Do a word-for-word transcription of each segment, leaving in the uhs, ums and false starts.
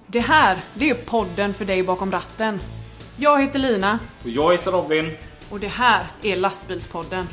Det här, det är podden för dig bakom ratten. Jag heter Lina. Och jag heter Robin. Och det här är Lastbilspodden.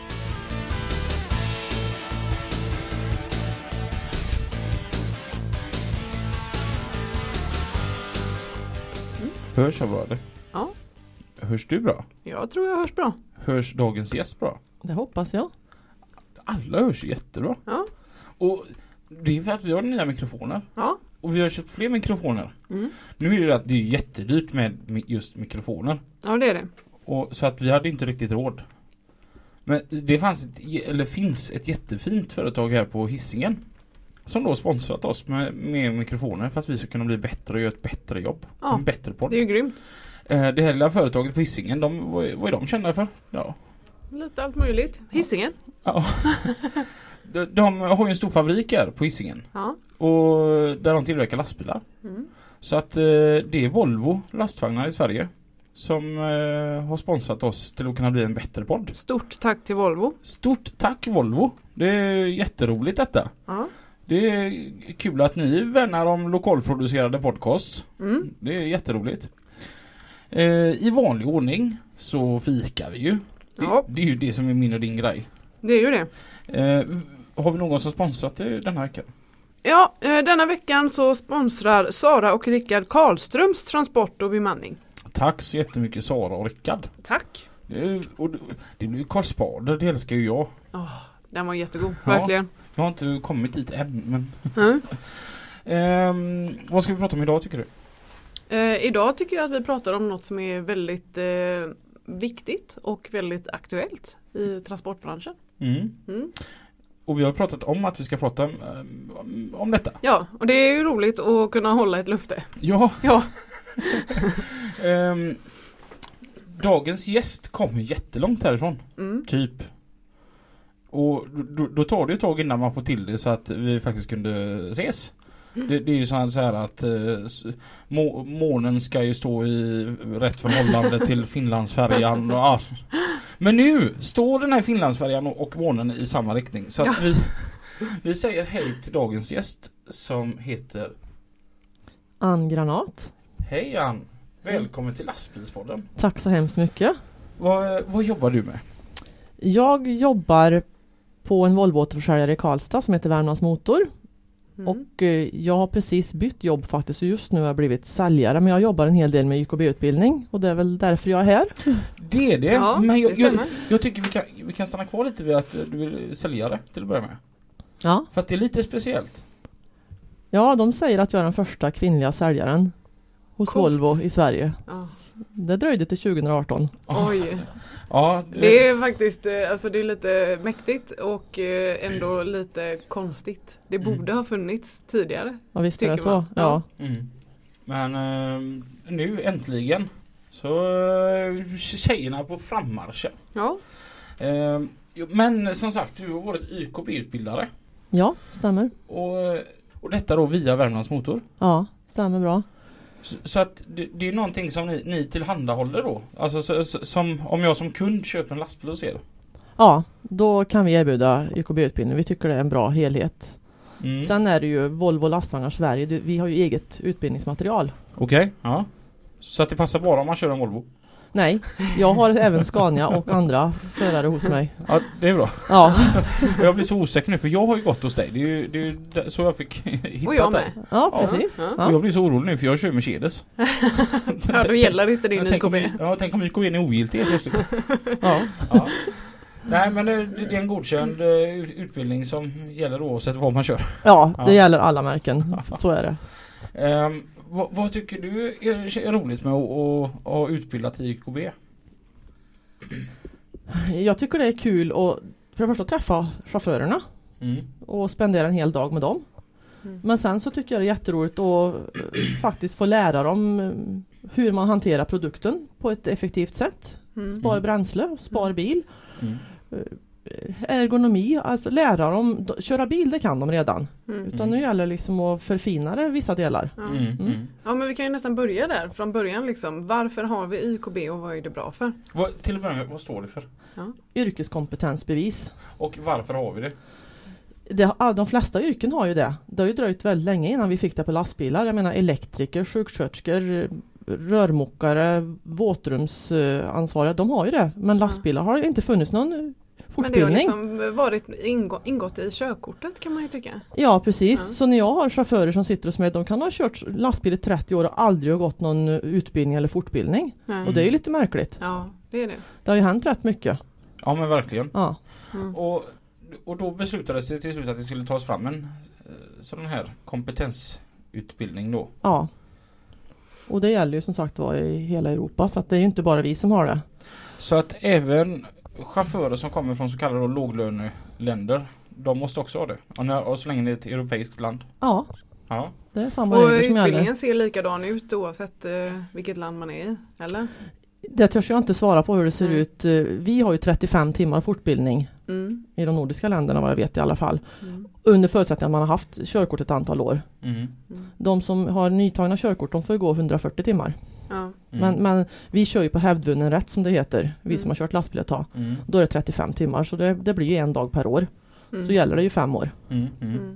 Mm. Hörs jag bra eller? Ja. Hörs du bra? Jag tror jag hörs bra. Hörs dagens gäst bra? Det hoppas jag. Alla hörs jättebra. Ja. Och det är för att vi har nya mikrofoner. Ja. Och vi har köpt fler mikrofoner. Mm. Nu är det att det är jättedyrt med just mikrofoner. Ja, det är det. Och så att vi hade inte riktigt råd. Men det fanns ett, eller finns ett jättefint företag här på Hisingen som då sponsrat oss med, med mikrofoner för att vi ska kunna bli bättre och göra ett bättre jobb. Ja, en bättre podd. Det är ju grymt. Eh, det här lilla företaget på Hisingen, de, vad, vad är de kända för? Ja. Lite allt möjligt. Hisingen. Ja. de, de har ju en stor fabrik här på Hisingen. Ja. Och där de tillverkar lastbilar. Mm. Så att eh, det är Volvo lastvagnar i Sverige som eh, har sponsrat oss till att kunna bli en bättre podd. Stort tack till Volvo. Stort tack Volvo. Det är jätteroligt detta. Ja. Det är kul att ni värnar om lokalproducerade podcasts. Mm. Det är jätteroligt. Eh, I vanlig ordning så fikar vi ju. Det, Ja. det är ju det som är min och din grej. Det är ju det. Eh, har vi någon som sponsrat det den här veckan? Ja, eh, denna veckan så sponsrar Sara och Rickard Karlströms transport och bemanning. Tack så jättemycket Sara och Rickard. Tack. Det, är, och det, det blir ju Karl Spader, det älskar ju jag. Oh, den var jättegod, Ja. verkligen. Jag har inte kommit dit än, men... Mm. eh, vad ska vi prata om idag tycker du? Eh, idag tycker jag att vi pratar om något som är väldigt eh, viktigt och väldigt aktuellt i transportbranschen. Mm. Mm. Och vi har pratat om att vi ska prata um, om detta. Ja, och det är ju roligt att kunna hålla ett löfte. Ja. Ja. um, dagens gäst kommer jättelångt härifrån. Mm. Typ. Och då, då tar det ett tag innan man får till det så att vi faktiskt kunde ses. Mm. Det, det är ju så här att uh, må, månen ska ju stå i rätt förhållande till Finlandsfärjan och ja. Men nu står den här Finlandsfärjan och, och månen i samma riktning. Så att Ja. vi, vi säger hej till dagens gäst som heter Ann Granat. Hej Ann, välkommen till Lastbilspodden. Tack så hemskt mycket. Vad, vad jobbar du med? Jag jobbar på en Volvo-återförsäljare i Karlstad som heter Värmlands Motor. Mm. Och eh, jag har precis bytt jobb faktiskt och just nu har jag blivit säljare. Men jag jobbar en hel del med Y K B-utbildning och det är väl därför jag är här. Det är det, Ja, men jag, det jag, stämmer. jag tycker vi kan, vi kan stanna kvar lite vid att du vill sälja det till att börja med. Ja. För att det är lite speciellt. ja, de säger att jag är den första kvinnliga säljaren hos Coolt. Volvo i Sverige. Ja. Det dröjde till tjugo arton. Oj. Ja, Det är faktiskt, eh, alltså det är lite mäktigt och eh, ändå lite konstigt. Det Mm. borde ha funnits tidigare. Ja, visst är det Tycker så. man. Ja. Mm. Men eh, nu äntligen så eh, tjejerna på frammarschen. Ja. Eh, jo, men som sagt, du har varit Y K B-utbildare. ja, stämmer. Och, och detta då via Värmlands Motor. Ja, stämmer bra. Så, så att det, det är någonting som ni, ni tillhandahåller då? Alltså så, så, som, om jag som kund köper en lastbil hos er? Ja, då kan vi erbjuda Y K B-utbildning. Vi tycker det är en bra helhet. Mm. Sen är det ju Volvo Lastvagnar Sverige. Du- Vi har ju eget utbildningsmaterial. Okej, okay, ja. Så att det passar bara om man kör en Volvo? Nej, jag har även Scania och andra förare hos mig. Ja, det är bra. Ja, Jag blir så osäker nu för jag har ju gått hos dig. Det är ju, det är ju där- så jag fick hitta Och jag dig. med. ja precis. Ja. Och Ja. jag blir så orolig nu för jag kör Mercedes. Ja, då gäller inte din Jag Y tänk K om, B. ja, tänk om Y K B är ogiltig helt plötsligt. Ja. Ja. Nej, men det, det är en godkänd eh, ut- utbildning som gäller oavsett vad man kör. ja, det Ja. gäller alla märken. Så är det. Ehm, vad, vad tycker du är, är roligt med att, att, att utbilda till Y K B? Jag tycker det är kul att för det första träffa chaufförerna Mm. och spendera en hel dag med dem. Mm. Men sen så tycker jag det är jätteroligt att eh, faktiskt få lära dem eh, hur man hanterar produkten på ett effektivt sätt. Mm. Spar bränsle, spar bil. Mm. Ergonomi, alltså lära dem, d- köra bil det kan de redan. Mm. Utan nu gäller det liksom att förfina det vissa delar. Ja. Mm. Mm. Ja, men vi kan ju nästan börja där från början liksom. Varför har vi Y K B och vad är det bra för? Vad, till att börja med, vad står det för? Yrkeskompetensbevis. Och varför har vi det? Det, de flesta yrken har ju det. Det har ju dröjt väldigt länge innan vi fick det på lastbilar. Jag menar elektriker, sjuksköterskor, rörmokare, våtrumsansvariga, de har ju det. Men lastbilar har ju inte funnits någon fortbildning. Men det har liksom varit ingå, ingått i körkortet kan man ju tycka. Ja, precis. Ja. Så när jag har chaufförer som sitter hos mig, de kan ha kört lastbil i trettio år och aldrig ha gått någon utbildning eller fortbildning. Nej. Och det är ju lite märkligt. Ja, det är det. Det har ju hänt rätt mycket. Ja, men verkligen. Ja. Mm. Och, och då beslutades det till slut att det skulle tas fram en eh, sån här kompetensutbildning då. Ja. Och det gäller ju som sagt var i hela Europa, så att det är ju inte bara vi som har det. Så att även chaufförer som kommer från så kallade då låglöneländer, de måste också ha det. Och, när, och så länge det är ett europeiskt land. Ja, Ja. det är samma Och regler som utbildningen gäller. ser likadan ut oavsett eh, vilket land man är i, eller? Det törs jag inte svara på hur det ser Mm. ut. Vi har ju trettiofem timmar fortbildning Mm. i de nordiska länderna, vad jag vet i alla fall. Mm. Under förutsättning att man har haft körkort ett antal år. Mm. Mm. De som har nytagna körkort, de får ju gå hundrafyrtio timmar. Ja. Mm. Men, men vi kör ju på hävdvunnen rätt som det heter. Vi som Mm. har kört lastbil ett tag. Mm. Då är det trettiofem timmar, så det, det blir ju en dag per år. Mm. Så gäller det ju fem år. Mm. Mm. Mm.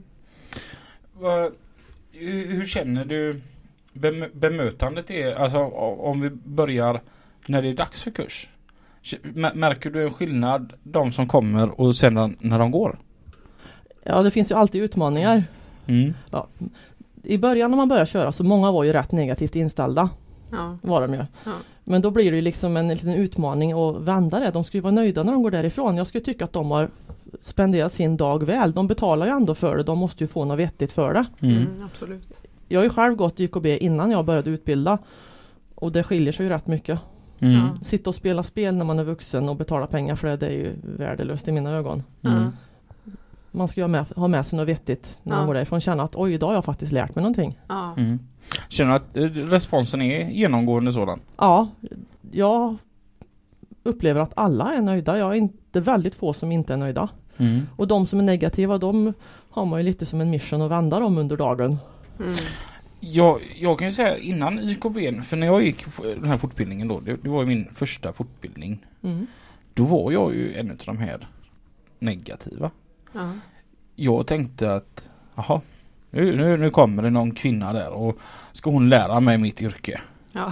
Vad, hur, hur känner du bem, bemötandet är, alltså o- om vi börjar när det är dags för kurs? K- Märker du en skillnad de som kommer och sen när de går? Ja, det finns ju alltid utmaningar. Mm. Ja. I början när man börjar köra så många var ju rätt negativt inställda. Ja. Var de ju. Ja. Men då blir det ju liksom en liten utmaning att vända det. De ska ju vara nöjda när de går därifrån. Jag skulle tycka att de har spenderat sin dag väl. De betalar ju ändå för det. De måste ju få något vettigt för det. Mm. Mm, absolut. Jag har ju själv gått Y K B innan jag började utbilda. Och det skiljer sig ju rätt mycket. Mm. Ja. Sitta och spela spel när man är vuxen och betala pengar för det, det är ju värdelöst i mina ögon. Mm. Ja. Man ska ju ha med, ha med sig något vettigt när Ja. man går därifrån. Känna att oj, idag har jag faktiskt lärt mig någonting. Ja. Mm. Känner du att eh, responsen är genomgående sådan? Ja, jag upplever att alla är nöjda. Jag är inte väldigt få som inte är nöjda. Mm. Och de som är negativa, de har man ju lite som en mission att vända dem under dagen. Mm. Jag, jag kan ju säga innan Y K B, för när jag gick f- den här fortbildningen då, det, det var ju min första fortbildning. Mm. Då var jag ju en av de här negativa. Ja. Jag tänkte att jaha, nu, nu, nu kommer det någon kvinna där och ska hon lära mig mitt yrke. Ja.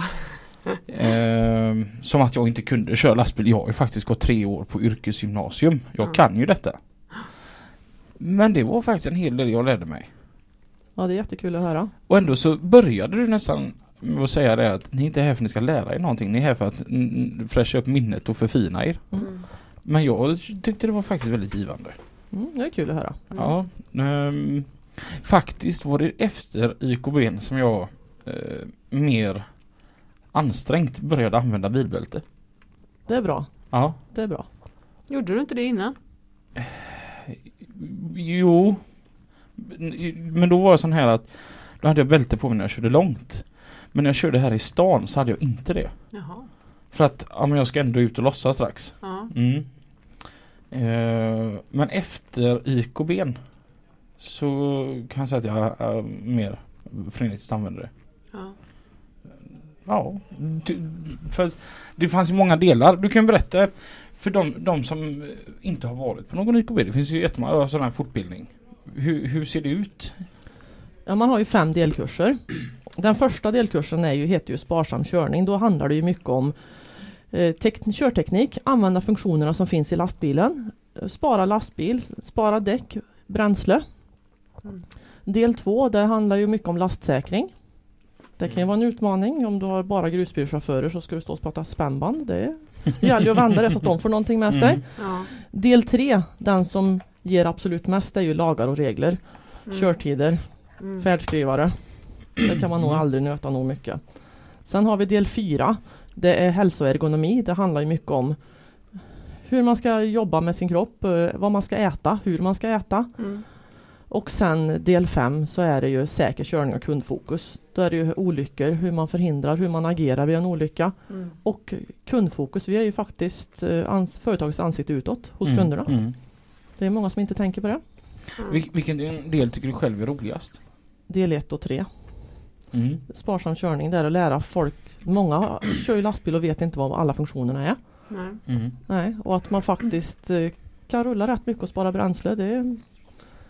Ehm, som att jag inte kunde köra lastbil. Jag har ju faktiskt gått tre år på yrkesgymnasium. Jag Ja. kan ju detta. Men det var faktiskt en hel del jag lärde mig. Ja, det är jättekul att höra. Och ändå så började du nästan med att säga det att ni inte är här för att ni ska lära er någonting. Ni är här för att mm, fräscha upp minnet och förfina er. Mm. Men jag tyckte det var faktiskt väldigt givande. Mm, det är kul att höra. Mm. Ja, ehm, faktiskt var det efter Y K B som jag eh, mer ansträngt började använda bilbälte. Det är bra. Ja, Det är bra. Gjorde du inte det innan? jo. Men då var det sån här att då hade jag bälte på mig när jag körde långt. Men när jag körde här i stan så hade jag inte det. Jaha. För att ja, men jag ska ändå ut och lossa strax. Ja. Mm. Eh, men efter Y K B så kan jag säga att jag är mer frenetiskt använder det. Ja. Ja, du, för det fanns ju många delar. Du kan berätta för de, de som inte har varit på någon Y K B. Det finns ju jättemånga sådana här fortbildning. Hur, hur ser det ut? Ja, man har ju fem delkurser. Den första delkursen är ju, heter ju sparsam körning. Då handlar det ju mycket om eh, tek- körteknik, använda funktionerna som finns i lastbilen, eh, spara lastbil, spara däck, bränsle. Mm. Del två, det handlar ju mycket om lastsäkring. Det kan ju vara en utmaning. Om du har bara grusbilschaufförer så ska du stå och prata spännband. Det gäller ju att vända det så att de får någonting med sig. Mm. Ja. Del tre, den som ger absolut mest, är ju lagar och regler. Mm. Körtider, Mm. färdskrivare. Det kan man nog aldrig nöta nog mycket. Sen har vi del fyra. Det är hälsoergonomi. Det handlar ju mycket om hur man ska jobba med sin kropp, eh, vad man ska äta, hur man ska äta. Mm. Och sen del fem så är det ju säker körning och kundfokus. Då är det ju olyckor, hur man förhindrar, hur man agerar vid en olycka. Mm. Och kundfokus, vi är ju faktiskt eh, ans- företagets ansikte utåt hos Mm, kunderna. mm. Det är många som inte tänker på det. Mm. Vil- vilken del tycker du själv är roligast? Del ett och tre. Mm. Sparsam körning, där att lära folk. Många kör ju lastbil och vet inte vad alla funktionerna är. Nej. Mm. Nej, och att man faktiskt eh, kan rulla rätt mycket och spara bränsle. Det,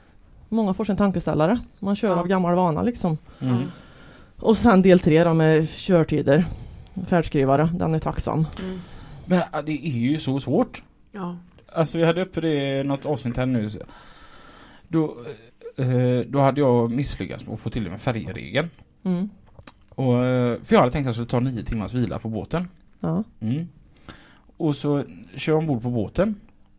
Många får sin tankeställare. Man kör Ja. av gammal vana liksom. Mm. Och sen del tre då med körtider. Färdskrivare, den är tacksam. Mm. Men ja, det är ju så svårt. Ja. Alltså vi hade uppe det i något avsnitt här nu. Då, eh, då hade jag misslyckats med att få till det med färjeregeln. Mm. Och, eh, för jag hade tänkt att jag skulle ta nio timmars vila på båten. Ja. Mm. Och så kör jag ombord på båten.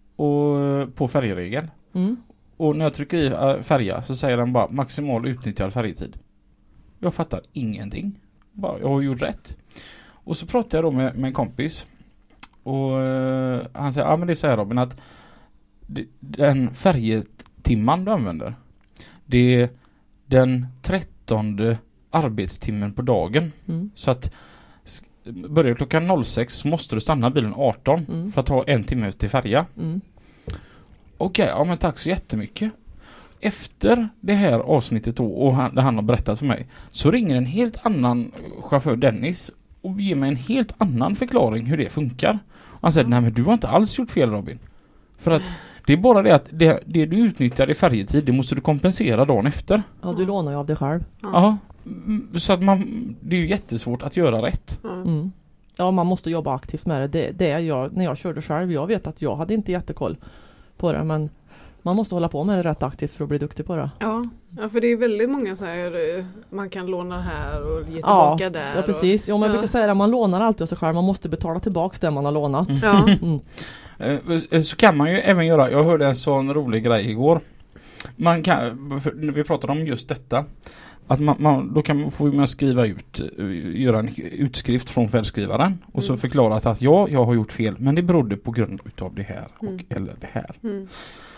Och på färjeregeln. Mm. Och när jag trycker i äh, färja så säger den bara maximal utnyttjad färjetid. Jag fattar ingenting. Bara, jag har gjort rätt. Och så pratade jag då med, med en kompis. Och uh, han säger, ja ah, men det är så här Robin att det, den färjetimman du använder. Det är den trettonde arbetstimmen på dagen. Mm. Så att sk- börjar klockan noll sex så måste du stanna bilen arton Mm. för att ta en timme till färja. Mm. Okej, ja men tack så jättemycket. Efter det här avsnittet då, och han, det han har berättat för mig, så ringer en helt annan chaufför, Dennis, och ger mig en helt annan förklaring hur det funkar. Han säger, nej men du har inte alls gjort fel Robin. För att det är bara det att det, det du utnyttjar i färjetid, det måste du kompensera dagen efter. Ja, du lånar ju av dig själv. Ja. Ja, mm, så att man, det är ju jättesvårt att göra rätt. Ja. Mm. Ja, man måste jobba aktivt med det. Det, det är jag, när jag körde själv, jag vet att jag hade inte jättekoll på det, men man måste hålla på med det rätt aktivt för att bli duktig på det. Ja. Ja, för det är väldigt många så här, eh, man kan låna här och ge Ja, tillbaka där. ja precis. Jo, men jag Ja. brukar säga att man lånar alltid av sig själv. Man måste betala tillbaka det man har lånat. Och, ja. Mm. Eh, Så kan man ju även göra, jag hörde en sån rolig grej igår. Man kan, för när vi pratade om just detta, att man, man, då kan man få man skriva ut, eh, göra en utskrift från färdskrivaren och så Mm. förklara att ja, jag har gjort fel, men det berodde på grund utav det här och Mm. eller det här. Mm.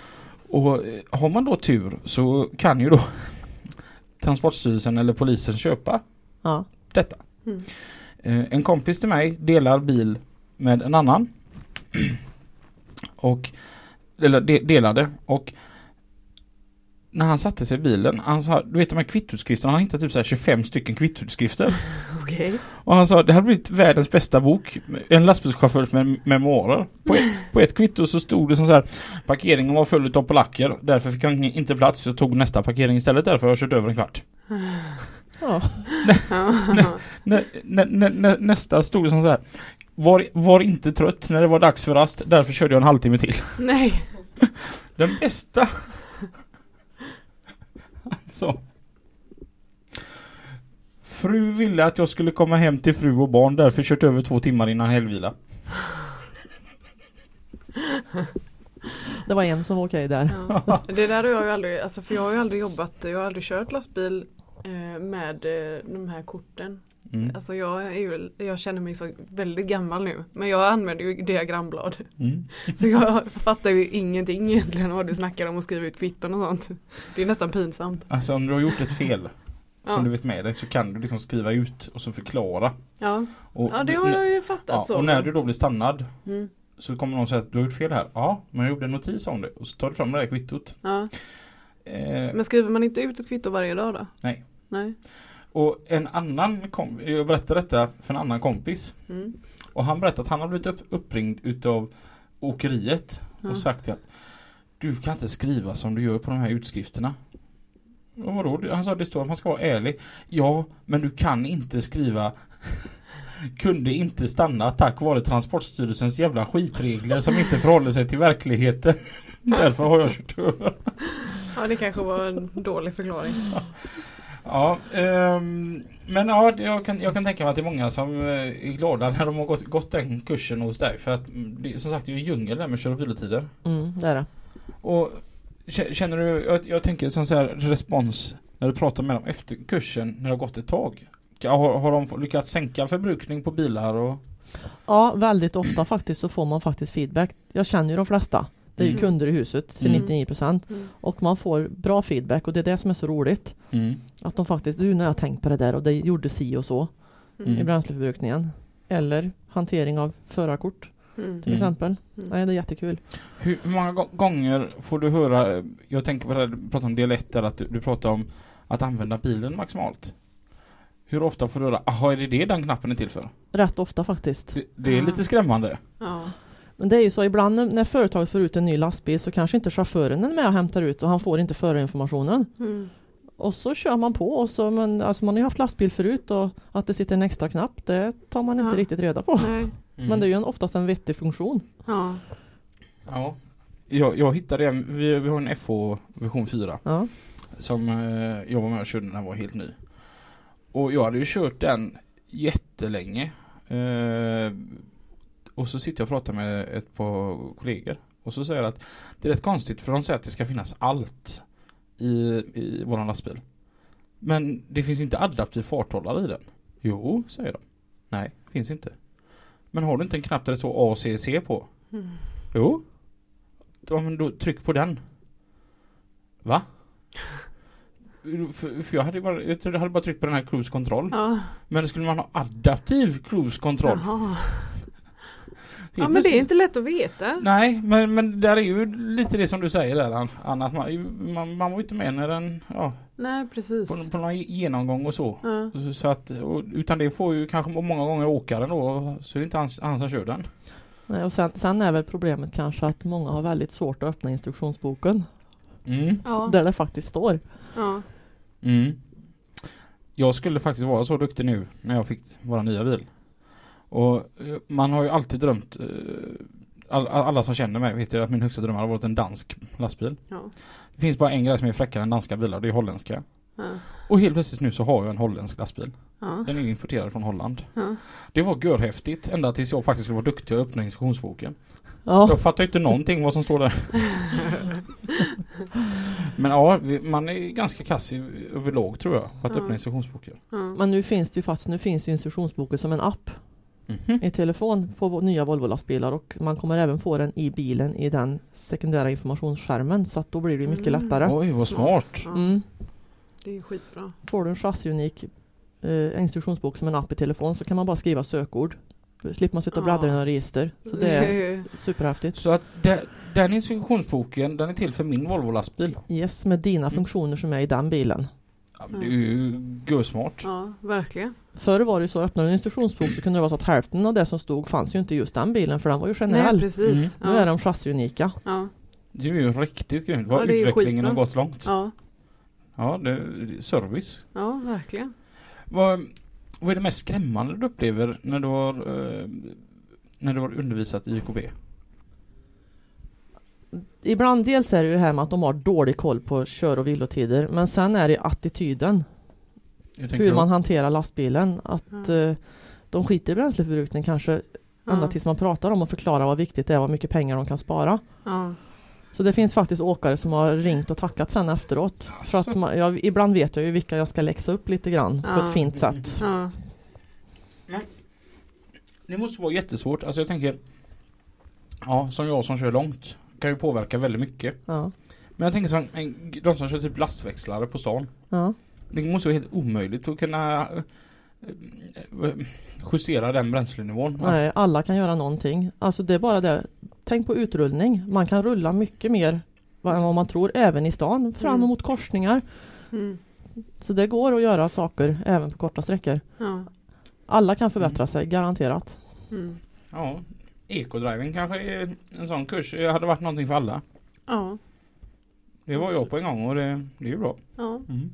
Och eh, har man då tur så kan ju då Transportstyrelsen eller polisen köpa Ja. detta. Mm. Eh, en kompis till mig delar bil med en annan och eller de, delade och när han satte sig i bilen, han sa, du vet de här kvittutskrifterna, han hittade typ så här tjugofem stycken kvittutskrifter. Okej. Och han sa, det hade blivit världens bästa bok, en lastbilschaufförs med memoarer. På ett, på ett kvitto så stod det som så här, parkeringen var full av polacker, därför fick han inte plats, så tog nästa parkering istället, därför har jag kört över en kvart. Ja. Nä, nä, nä, nä, nästa stod det som så här, var, var inte trött när det var dags för rast, därför körde jag en halvtimme till. Nej. Den bästa. Så. Fru ville att jag skulle komma hem till fru och barn, därför kört över två timmar innan helgvila. Det var en som var okej där. Ja. Det där har jag ju aldrig, alltså för jag har ju aldrig jobbat, jag har aldrig kört lastbil eh, med eh, de här korten. Mm. Alltså jag är ju, jag känner mig så väldigt gammal nu, men jag använder ju diagramblad. Mm. Så jag fattar ju ingenting egentligen vad du snackar om att skriva ut kvitton och sånt. Det är nästan pinsamt. Alltså om du har gjort ett fel som Ja. du vet med dig, så kan du liksom skriva ut och så förklara. Ja, Och, ja det har jag ju fattat ja, så. och när du då blir stannad Mm. så kommer någon säga att du har gjort fel här. Ja, men jag gjorde en notis om det. Och så tar du fram det där kvittot. Ja. Eh, Men skriver man inte ut ett kvitto varje dag då? Nej. Nej. och en annan kom, jag berättade detta för en annan kompis. Mm. Och han berättade att han har blivit upp, uppringd utav åkeriet Ja. och sagt att du kan inte skriva som du gör på de här utskrifterna. Och vadå? Han sa att det står att man ska vara ärlig. Ja, men du kan inte skriva kunde inte stanna tack vare Transportstyrelsens jävla skitregler som inte förhåller sig till verkligheten. Därför har jag kört över. Ja, det kanske var en dålig förklaring. Ja, ehm, men ja, det- jag kan, jag kan tänka mig att det är många som eh, är glada när de har gått, gått den kursen hos dig. För att mm, det, som sagt, det är ju en djungel där med kör- och vilotider. Mm, det är det. Och k- känner du, jag, jag tänker sån så här respons när du pratar med dem efter kursen när det har gått ett tag. Har, har de lyckats sänka förbrukning på bilar? Och Ja, väldigt ofta faktiskt så får man faktiskt feedback. Jag känner ju de flesta. Det är ju Mm. kunder i huset till Mm. nittionio procent. Mm. Och man får bra feedback och det är det som är så roligt. mm. Att de faktiskt, du när jag tänkt på det där och det gjorde si och så Mm. i bränsleförbrukningen. Eller hantering av förarkort Mm. till Mm. exempel. Mm. Nej, det är jättekul. Hur många gå- gånger får du höra, jag tänker på det här, du pratar om del ett där, att du, du pratar om att använda bilen maximalt. Hur ofta får du höra, aha, är det det den knappen är till för? Rätt ofta faktiskt. Det, det är Ja. lite skrämmande. Ja. Men det är ju så, ibland när, när företaget får ut en ny lastbil så kanske inte chauffören är med och hämtar ut och han får inte förinformationen. Mm. Och så kör man på och så, men alltså man har ju haft lastbil förut och att det sitter en extra knapp, det tar man inte Ja. riktigt reda på. Nej. Mm. Men det är ju en, oftast en vettig funktion. Ja. Ja. Jag, jag hittade en, vi, vi har en F H version fyra Ja. som eh, jag var med och körde när den var helt ny. Och jag hade ju kört den jättelänge. Eh, och så sitter jag och pratar med ett par kollegor. Och så säger jag att det är rätt konstigt för de säger att det ska finnas allt i, i våran lastbil. Men det finns inte adaptiv farthållare i den. Jo, säger de. Nej, finns inte. Men har du inte en knapp där det står A C C på? Mm. Jo. Ja, men då tryck på den. Va? För, för jag hade bara, jag tror jag hade bara tryckt på den här cruise control. Ja. Men skulle man ha adaptiv cruise control? Jaha. Det Ja, men det är inte lätt att veta. Nej, men, men där är ju lite det som du säger där, Anna, att man, man, man var ju inte med när den, ja, Nej, precis. på, på någon genomgång och så. Ja. Så, så att, och, utan det får ju kanske många gånger åkaren då, så är det inte han, han som kör den. Nej, och sen, sen är väl problemet kanske att många har väldigt svårt att öppna instruktionsboken. Mm. Ja. Där det faktiskt står. Ja. Mm. Jag skulle faktiskt vara så duktig nu när jag fick våra nya bil. Och eh, man har ju alltid drömt, eh, all, alla som känner mig vet ju att min högsta dröm har varit en dansk lastbil. Ja. Det finns bara en grej som är fräckare än danska bilar, det är holländska. Ja. Och helt plötsligt nu så har jag en holländsk lastbil. Ja. Den är importerad från Holland. Ja. Det var görhäftigt ända tills jag faktiskt skulle vara duktig att öppna instruktionsboken. Ja. Jag fattar inte någonting vad som står där. Men ja, vi, man är ganska kass i, överlag tror jag på att Ja. öppna instruktionsboken. Ja. Men nu finns det ju faktiskt, nu finns ju instruktionsboken som en app Mhm. i telefon på vår nya Volvo-lastbilar och man kommer även få den i bilen i den sekundära informationsskärmen så att då blir det mycket Mm. lättare. Oj, vad Smart. smart. Ja. Mm. Det är skitbra. Får du en chassiunik eh, instruktionsbok som en app i telefon så kan man bara skriva sökord. Slipper man sitta och bläddra i Ja. några register. Så det är superhäftigt. Så att de, den instruktionsboken, den är till för min Volvo-lastbil. Yes, med dina Mm. funktioner som är i den bilen. Ja, men det är ju görsmart. Ja, verkligen. Förr var det ju så, öppnade du en instruktionsbok så kunde det vara så att hälften av det som stod fanns ju inte i just den bilen för den var ju Nej, generell. precis. Nu är de chassiunika. Ja. Det är ju riktigt grymt. Vad Ja, det är utvecklingen har skitbra. gått långt. Ja. Ja, det är service. Ja, verkligen. Vad, vad är det mest skrämmande du upplever när du har, eh, när du har undervisat i Y K B? Ibland dels är det ju det här med att de har dålig koll på kör- och vilotider. Men sen är det attityden. Jag tänker Hur då- man hanterar lastbilen. Att Ja. eh, de skiter i bränsleförbrukning kanske ända Ja. tills man pratar om och förklarar vad viktigt det är, vad mycket pengar de kan spara. Ja. Så det finns faktiskt åkare som har ringt och tackat sen efteråt. För Asså. att man, jag, ibland vet jag ju vilka jag ska läxa upp lite grann på Ja. ett fint sätt. Ja. Det måste vara jättesvårt. Alltså jag tänker, ja, som jag som kör långt kan ju påverka väldigt mycket. Ja. Men jag tänker som en, de som kör typ lastväxlare på stan. Ja. Det måste vara helt omöjligt att kunna eh, eh, justera den bränslenivån. Nej, alla kan göra någonting. Alltså det är bara det. Tänk på utrullning. Man kan rulla mycket mer vad- än vad man tror, även i stan, fram Mm. emot korsningar. Mm. Så det går att göra saker även på korta sträckor. Ja. Alla kan förbättra sig, garanterat. Mm. Ja, ekodriving kanske är en sån kurs. Det hade varit någonting för alla. Ja. Det var jag på en gång och det, det är ju bra. Ja. Mm.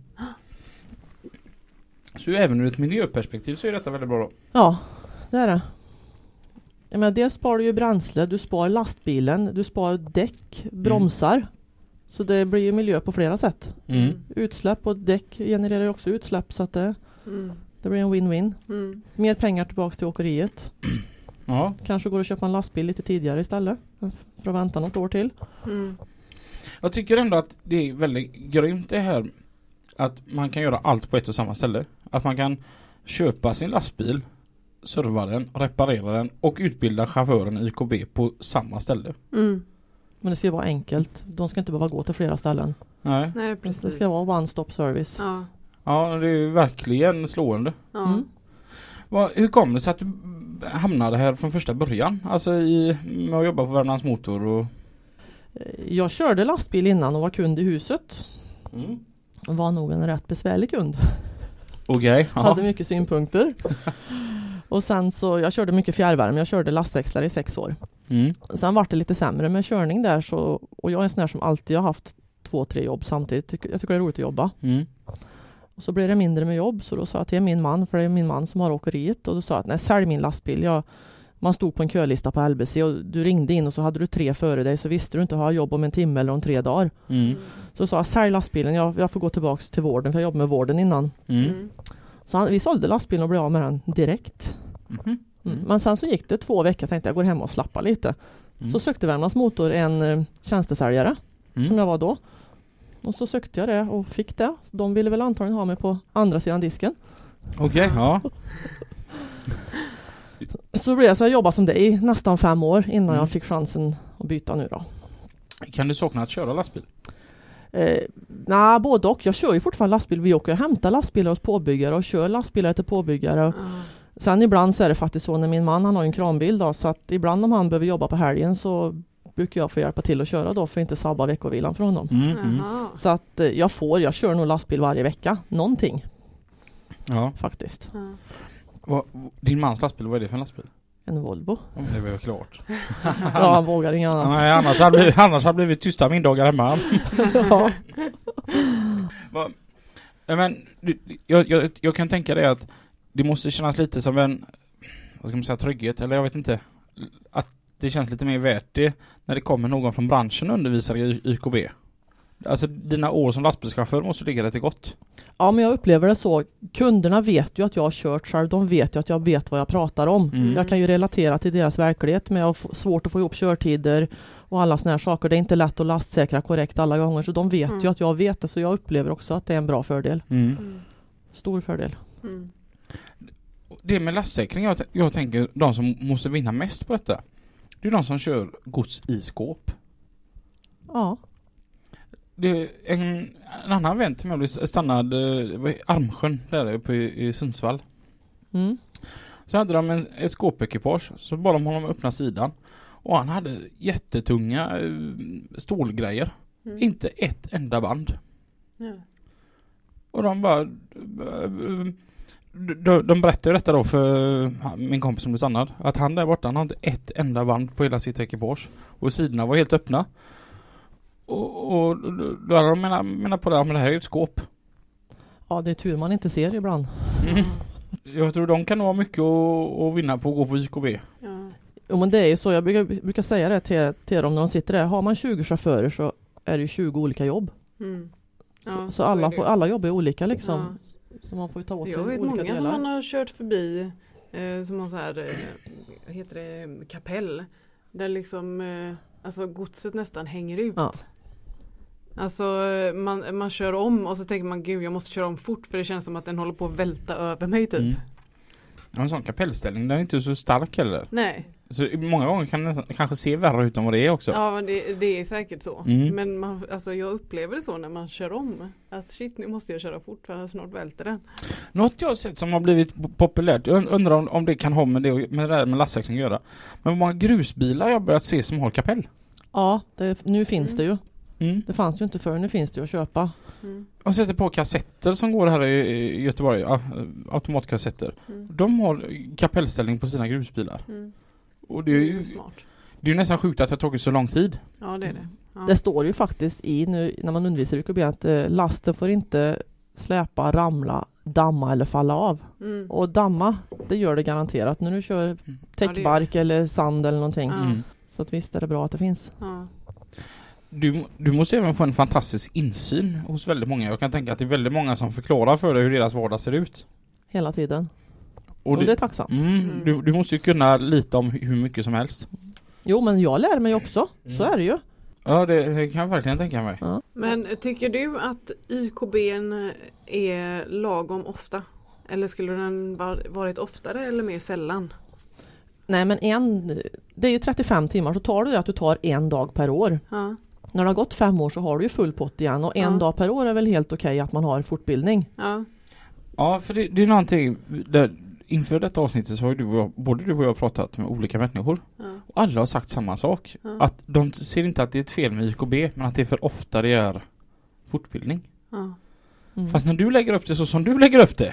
Så även ur ett miljöperspektiv så är detta väldigt bra då. Ja, det är det. Jag menar, dels sparar du ju bränsle, du sparar lastbilen, du sparar däck, bromsar. Så det blir ju miljö på flera sätt. Mm. Utsläpp och däck genererar ju också utsläpp så att det, Mm. det blir en win-win. Mm. Mer pengar tillbaka till åkeriet. Ja, Kanske går att köpa en lastbil lite tidigare istället. För att vänta något år till. Mm. jag tycker ändå att det är väldigt grymt det här att man kan göra allt på ett och samma ställe. Att man kan köpa sin lastbil, serva den, reparera den och utbilda chauffören i Y K B på samma ställe. Mm. Men det ska ju vara enkelt. De ska inte behöva gå till flera ställen. Nej. Nej, precis. Det ska vara one-stop service. Ja. Ja, det är ju verkligen slående. Ja. Mm. Vad, hur kom det sig att du hamnade här från första början? Alltså i, med att jobba på Värmlands Motor och... Jag körde lastbil innan och var kund i huset. Mm. Var nog en rätt besvärlig kund. Okej, okay, Hade mycket synpunkter. Och sen så, jag körde mycket fjärrvärme. Jag körde lastväxlare i sex år. Mm. Sen var det lite sämre med körning där så, och jag är en sån här som alltid har haft två, tre jobb samtidigt. Tycker, jag tycker det är roligt att jobba. Mm. Och så blev det mindre med jobb så då sa jag till min man, för det är min man som har åkeriet, och då sa jag att nej, sälj min lastbil. Jag, man stod på en kölista på L B C och du ringde in och så hade du tre före dig, så visste du inte ha jobb om en timme eller om tre dagar. Mm. Så sa jag, sälj lastbilen, jag, jag får gå tillbaka till vården för jag jobbade med vården innan. Mm. Mm. Så han, vi sålde lastbilen och blev av med den direkt. Mm. Mm. Men sen så gick det två veckor, tänkte jag går hem och slappa lite. Mm. Så sökte Värmlands Motor en uh, tjänstesäljare Mm. som jag var då. Och så sökte jag det och fick det. Så de ville väl antagligen ha mig på andra sidan disken. Okej, okay, ja. Så blev jag så jag jobbade som det i nästan fem år innan Mm. jag fick chansen att byta nu då. Kan du sakna att köra lastbil? Eh, Nej, både och. Jag kör ju fortfarande lastbil. Vi åker och hämtar lastbilar hos påbyggare och kör lastbilar till påbyggare. Ja. Sen ibland så är det faktiskt så när min man, han har ju en kranbil då, så att ibland om han behöver jobba på helgen så brukar jag få hjälpa till att köra då för att inte sabba veckovilan för honom. Mm. Mm. Jaha. Så att eh, jag får, jag kör nog lastbil varje vecka. Någonting Ja. faktiskt. Ja. Vad, din mans lastbil, vad är det för en lastbil? En Volvo. Ja, men det var ju klart. Ja, han vågar inget annat. Nej, annars hade blivit, annars hade blivit tysta middagar hemma. Ja. Va, men, du, jag, jag, jag kan tänka dig att det måste kännas lite som en, vad ska man säga, trygghet, eller jag vet inte, att det känns lite mer värt det när det kommer någon från branschen och undervisar i Y K B. Alltså dina år som lastbilschaufför måste ligga rätt gott. Ja, men jag upplever det så. Kunderna vet ju att jag har kört själv. De vet ju att jag vet vad jag pratar om. Mm. Jag kan ju relatera till deras verklighet med att få svårt att få ihop körtider och alla såna här saker. Det är inte lätt att lastsäkra korrekt alla gånger. Så de vet Mm. ju att jag vet det. Så jag upplever också att det är en bra fördel. Mm. Mm. Stor fördel. Mm. Det med lastsäkring, jag, t- jag tänker de som måste vinna mest på detta, det är de som kör gods i skåp. Ja. Det är en, en annan vän till mig blev stannad eh, i Armsjön där uppe i, i Sundsvall. Mm. Så hade de en, ett skåpekipage, så bad de honom öppna sidan. Och han hade jättetunga eh, stålgrejer. Mm. Inte ett enda band. Ja. Och de bara... eh, De, de berättade detta då för min kompis som blev stannad. Att han där borta, han har inte ett enda band på hela sitt ekipage. Och sidorna var helt öppna. Och, och då hade de menat, menat på det, men det här är ju ett skåp. Ja, det är tur man inte ser ibland. Mm. Jag tror de kan ha mycket att, att vinna på att gå på Y K B. Ja. Jo, men det är ju så. Jag brukar, brukar säga det till, till dem när de sitter där. Har man tjugo chaufförer så är det ju tjugo olika jobb. Mm. Så, Ja, så, så alla, är det. får, alla jobb är olika liksom. Ja. Så man får ju ta åt sig Jag vet olika många som delar. man har kört förbi eh, som har så här, eh, vad heter det, kapell. Där liksom, eh, alltså godset nästan hänger ut. Ja. Alltså man, man kör om och så tänker man, gud jag måste köra om fort för det känns som att den håller på att välta över mig typ. Mm. Ja, en sån kapellställning, den är inte så stark heller. Nej. Så många gånger kan den kanske se värre ut än vad det är också. Ja, men det, det är säkert så. Mm. Men man, alltså, jag upplever det så när man kör om. Att shit, nu måste jag köra fort för snart välter den. Något jag har sett som har blivit populärt, jag undrar om, om det kan ha med det, med det där med lastsäkring att göra. Men hur många grusbilar jag har börjat se som har kapell? Ja, det, nu finns Mm. det ju. Mm. Det fanns ju inte förr, nu finns det ju att köpa. Mm. Jag sätter på kassetter som går här i, i Göteborg, ja, automatkassetter. Mm. De har kapellställning på sina grusbilar. Mm. Och det Det är är ju ju smart. det är ju nästan sjukt att det har tagit så lång tid. Ja, det är det. Ja. Det står ju faktiskt i nu när man undervisar i Y K B att eh, lasten får inte släpa, ramla, damma eller falla av. Mm. Och damma, det gör det garanterat när du kör täckbark eller sand eller någonting. Ja. Mm. Så att visst är det bra att det finns. Ja. Du, du måste även få en fantastisk insyn hos väldigt många. Jag kan tänka att det är väldigt många som förklarar för dig hur deras vardag ser ut. Hela tiden. Och, Och du, det är tacksamt. mm, Mm. du, du måste ju kunna lite om hur mycket som helst. Jo, men jag lär mig också. Så Mm. är det ju. Ja, det, det kan jag verkligen tänka mig. Ja. Men tycker du att Y K B är lagom ofta? Eller skulle den var, varit oftare eller mer sällan? Nej, men en, det är ju trettiofem timmar, så tar du det att du tar en dag per år. Ja. När det har gått fem år så har du ju full pott igen. Och en Ja. dag per år är väl helt okej att man har fortbildning. Ja. Ja, för det, det är någonting där, inför detta avsnittet så har ju du och jag, både du och jag pratat med olika människor. Ja. Och alla har sagt samma sak. Ja. Att de ser inte att det är ett fel med Y K B, men att det är för ofta det är fortbildning. Ja. Mm. Fast när du lägger upp det så som du lägger upp det,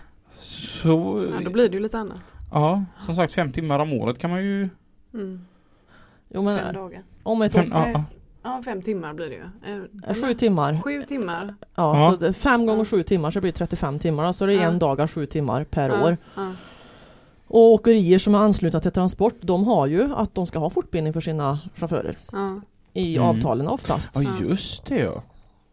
så... Ja, då blir det ju lite annat. Ja, som sagt fem timmar om året kan man ju... Mm. Jo, men, fem dagar. Om ett Fem, år, ja, ja. Ja, fem timmar blir det ju. eh, sju timmar. Sju timmar. Ja, Ja. så det, fem gånger Ja. sju timmar så blir det trettiofem timmar. Alltså det är Ja. en dag av sju timmar per Ja, år. ja. Och åkerier som är anslutna till Transport, de har ju att de ska ha fortbildning för sina chaufförer. Ja. I Mm. avtalen oftast. Ja, just det ja.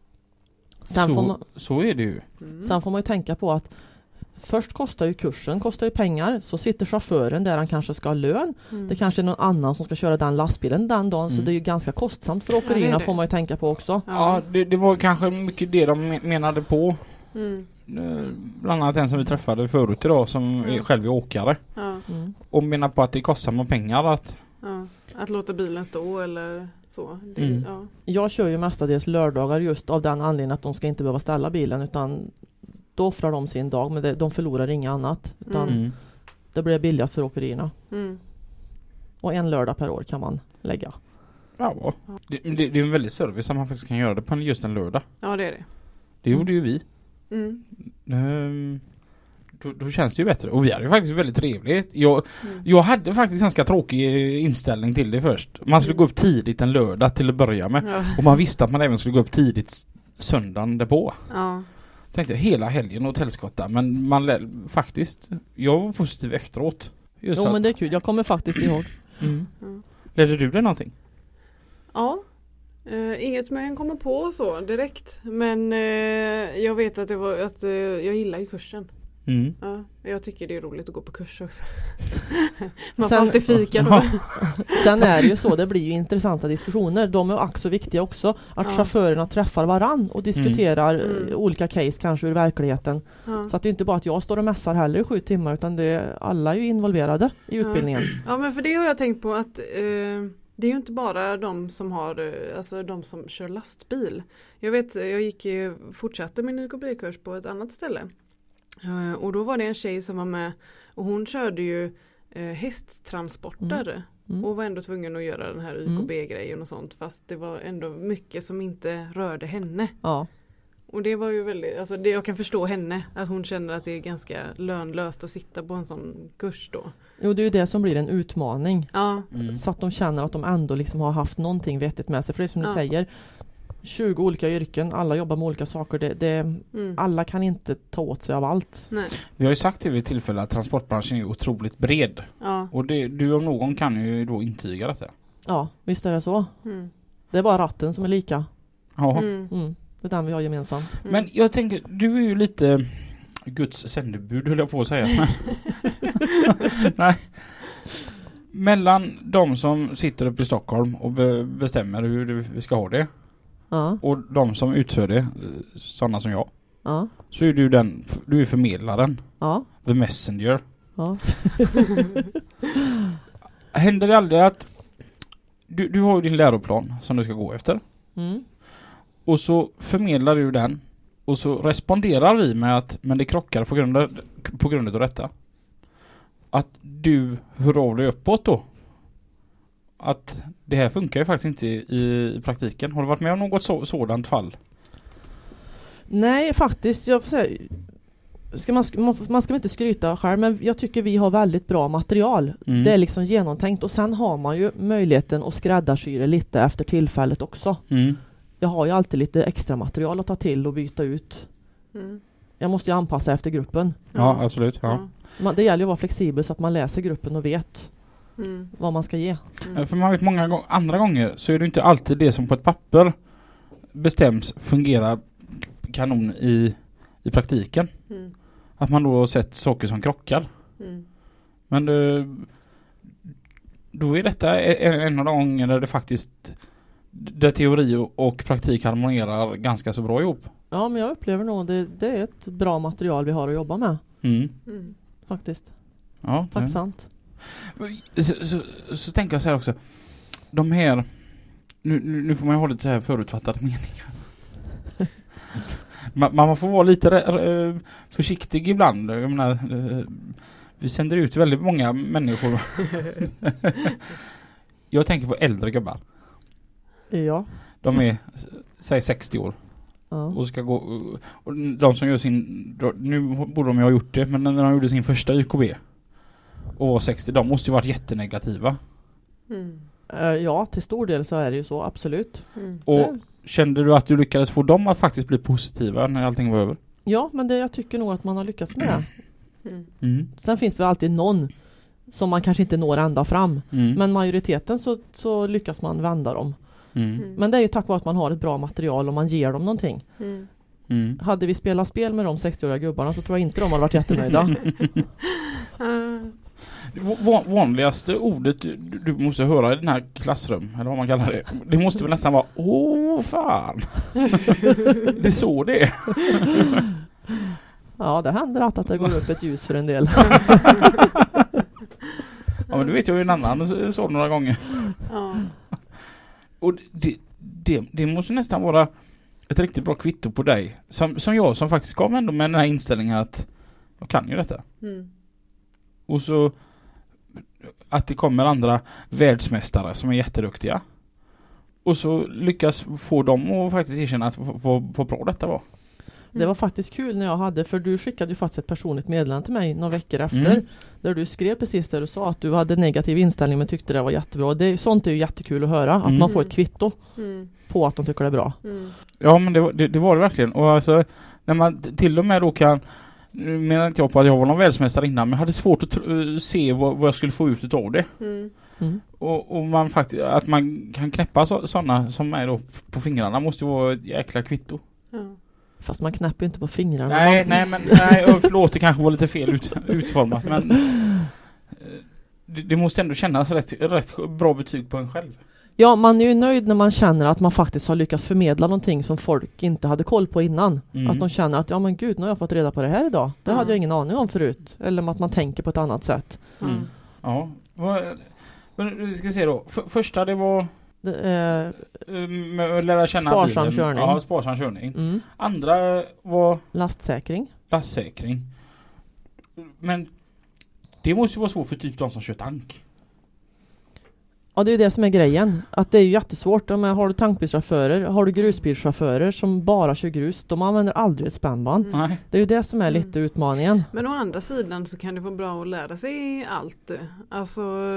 Sen, så, får man, så är det ju. Mm. sen får man ju tänka på att först kostar ju kursen, kostar ju pengar. Så sitter chauffören där han kanske ska ha lön. Mm. Det kanske är någon annan som ska köra den lastbilen den dagen. Så Mm. det är ju ganska kostsamt för Ja, det är åkerierna det. får man ju tänka på också. Ja, det, det var kanske mycket det de me- menade på. Mm. Eh, Bland annat en som vi träffade förut idag som är Mm. själv är åkare. Ja. Mm. Och menar på att det kostar med pengar att... Ja. Att låta bilen stå eller så. Det, Mm. ja. Jag kör ju mestadels lördagar just av den anledningen att de ska inte behöva ställa bilen utan då offrar de sin dag men det, de förlorar inget annat. Utan Mm. det blir billigast för åkerierna. Mm. Och en lördag per år kan man lägga. Ja, det, det, det är en väldig service att man faktiskt kan göra det på en- just en lördag. Ja, det är det. Det gjorde ju vi. Mm. Ehm, då, då känns det ju bättre. Och vi hade ju faktiskt väldigt trevligt. Jag, Mm. jag hade faktiskt ganska tråkig eh, inställning till det först. Man skulle Mm. gå upp tidigt en lördag till att börja med. Ja. Och man visste att man även skulle gå upp tidigt s- söndagen därpå. Ja. Tänkte jag hela helgen och hotellskotta. Men man lä- faktiskt, jag var positiv efteråt. Just Jo att- men det är kul, jag kommer faktiskt ihåg. Mm. Ja. Ledde du det någonting? Ja. Uh, inget som jag kan komma på så direkt. Men uh, jag vet att, det var, att uh, jag gillar ju kursen. Mm. Ja, jag tycker det är roligt att gå på kurs också. Man Sen- får alltid fika då. Ja. Sen är det ju så, det blir ju intressanta diskussioner. De är också viktiga också. Att Ja. chaufförerna träffar varann och diskuterar Mm. eh, olika case kanske ur verkligheten. Ja. Så att det är inte bara att jag står och mässar heller i sju timmar utan det är, alla är ju involverade i utbildningen. Ja, men för det har jag tänkt på att eh, det är ju inte bara de som har, eh, alltså de som kör lastbil. Jag vet, jag gick ju, fortsatte min U K B-kurs på ett annat ställe. Eh, och då var det en tjej som var med och hon körde ju eh, hästtransporter. Mm. Och var ändå tvungen att göra den här U K B-grejen och sånt. Fast det var ändå mycket som inte rörde henne. Ja. Och det var ju väldigt, alltså det, jag kan förstå henne. Att hon känner att det är ganska lönlöst att sitta på en sån kurs då. Jo, det är ju det som blir en utmaning. Ja, Mm. Så att de känner att de ändå liksom har haft någonting vettigt med sig. För det är som du Ja. säger, tjugo olika yrken, alla jobbar med olika saker. Det, det, mm. alla kan inte ta åt sig av allt. Nej. Vi har ju sagt till vid tillfälle att transportbranschen är otroligt bred. Ja. Och det, du om någon kan ju då intyga detta. Ja, visst är det så. Mm. Det är bara ratten som är lika. Ja. Mm. Mm. Det är den vi har gemensamt. Mm. Men jag tänker, du är ju lite Guds sändebud höll jag på att säga. Nej. Mellan de som sitter uppe i Stockholm och be- bestämmer hur du- vi ska ha det Ja, och de som utför det, sådana som jag, ja, så är du den, du är förmedlaren, ja, the messenger. ja. Händer det aldrig att du, du har ju din läroplan som du ska gå efter Mm. och så förmedlar du den och så responderar vi med att men det krockar på grund av, på grund av detta. Att du hör av dig uppåt då. Att det här funkar ju faktiskt inte i, i praktiken. Har du varit med om något så, sådant fall? Nej, faktiskt. Jag får säga, ska man, man, man ska inte skryta själv, men jag tycker vi har väldigt bra material. Mm. Det är liksom genomtänkt och sen har man ju möjligheten att skräddarsy det lite efter tillfället också. Mm. Jag har ju alltid lite extra material att ta till och byta ut. Mm. Jag måste ju anpassa efter gruppen. Ja, absolut. Ja. Ja. Man, det gäller ju att vara flexibel så att man läser gruppen och vet Mm. vad man ska ge. Mm. För man vet många gång, andra gånger så är det inte alltid det som på ett papper bestäms fungerar kanon i, i praktiken. Mm. Att man då har sett saker som krockar. Mm. Men det, då är detta en en av de gånger där det faktiskt där teori och- och praktik harmonierar ganska så bra ihop. Ja, men jag upplever nog det, det är ett bra material vi har att jobba med Mm. Mm. faktiskt. Ja, det- Tacksamt. Så, så, så tänker jag så här också. De här nu, nu, nu får man ju ha lite så här förutfattade meningar. man, man får vara lite äh, försiktig ibland. Jag menar, äh, vi sänder ut väldigt många människor. Jag tänker på äldre gubbar. Ja. De är s- säg sextio år Ja. och ska gå och de som gör sin då- nu borde de ju ha gjort det, men när de gjorde sin första Y K B och var sextio, de måste ju varit jättenegativa. Mm. Uh, ja, till stor del så är det ju så, absolut. Mm. Och Det- kände du att du lyckades få dem att faktiskt bli positiva när allting var över? Ja, men det, jag tycker nog att man har lyckats med det. Mm. Mm. Sen finns det alltid någon som man kanske inte når ända fram. Mm. Men majoriteten så, så lyckas man vända dem. Mm. Mm. Men det är ju tack vare att man har ett bra material och man ger dem någonting. Mm. Mm. Hade vi spelat spel med de sextioåriga gubbarna så tror jag inte de hade varit jättenöjda. Ah. Det va- vanligaste ordet du, du måste höra i den här klassrum, eller vad man kallar det, det måste väl nästan vara åh fan. Det är så det är. Ja, det händer att, att det går upp ett ljus för en del. Ja, men du vet jag ju en annan så några gånger. Ja. Och det, det, det måste nästan vara ett riktigt bra kvitto på dig. Som, som jag som faktiskt kom ändå med den här inställningen att jag kan ju detta. Mm. Och så att det kommer andra världsmästare som är jätteduktiga. Och så lyckas få dem att faktiskt erkänna att vad bra detta var. Det var faktiskt kul när jag hade, för du skickade ju faktiskt ett personligt meddelande till mig några veckor efter. Mm. Där du skrev precis där du sa att du hade negativ inställning men tyckte det var jättebra. Det, sånt är ju jättekul att höra, att Mm. man får ett kvitto Mm. på att de tycker det är bra. Mm. Ja, men det, var- det, det var det verkligen. Och alltså, när man t- till och med då kan, nu menar inte jag på att jag var någon världsmästare innan, men jag hade svårt att tr- se vad, vad jag skulle få ut av det. Mm. Mm. Och, och man faktiskt, att man kan knäppa så, sådana som är då på fingrarna måste ju vara ett jäkla kvitto. Ja. Fast man knäpper ju inte på fingrarna. Nej, man, nej, men nej, och förlåt, det kanske var lite fel ut, utformat, men eh, det, det måste ändå kännas rätt, rätt bra betyg på en själv. Ja, man är ju nöjd när man känner att man faktiskt har lyckats förmedla någonting som folk inte hade koll på innan. Mm. Att de känner att ja men gud, nu har jag fått reda på det här idag. Det Ja. hade jag ingen aning om förut. Eller att man tänker på ett annat sätt. Mm. Mm. Ja, vad, men vi ska se då. F- första det var Det är, eh, med att lära känna Sparsam bilen. körning. Ja, sparsam körning. mm, Andra var lastsäkring. lastsäkring. Men det måste ju vara svårt för typ de som kör tank. Ja, det är ju det som är grejen. Att det är ju jättesvårt. Om jag har du tankbilschaufförer, har du grusbilschaufförer som bara kör grus, de använder aldrig ett spännband. Mm. Nej. Det är ju det som är Mm. lite utmaningen. Men å andra sidan så kan det vara bra att lära sig allt. Alltså